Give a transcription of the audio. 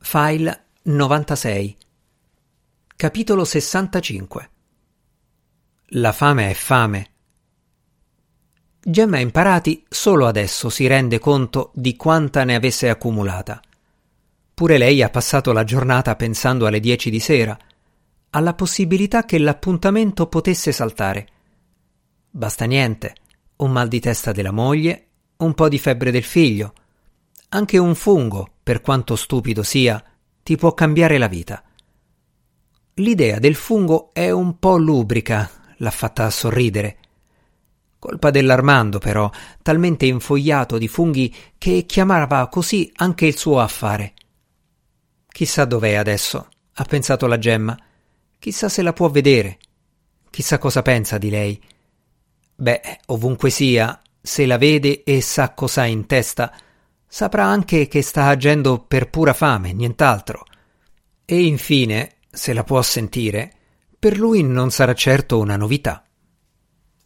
File 96. Capitolo 65. La fame è fame. Gemma Imparati solo adesso si rende conto di quanta ne avesse accumulata. Pure lei ha passato la giornata pensando alle 10 di sera, alla possibilità che l'appuntamento potesse saltare. Basta niente, un mal di testa della moglie, un po' di febbre del figlio. Anche un fungo, per quanto stupido sia, ti può cambiare la vita. L'idea del fungo è un po' lubrica, l'ha fatta sorridere. Colpa dell'Armando, però, talmente infogliato di funghi che chiamava così anche il suo affare. Chissà dov'è adesso, ha pensato la Gemma. Chissà se la può vedere. Chissà cosa pensa di lei. Beh, ovunque sia, se la vede e sa cosa ha in testa, saprà anche che sta agendo per pura fame, nient'altro. E infine, se la può sentire, per lui non sarà certo una novità.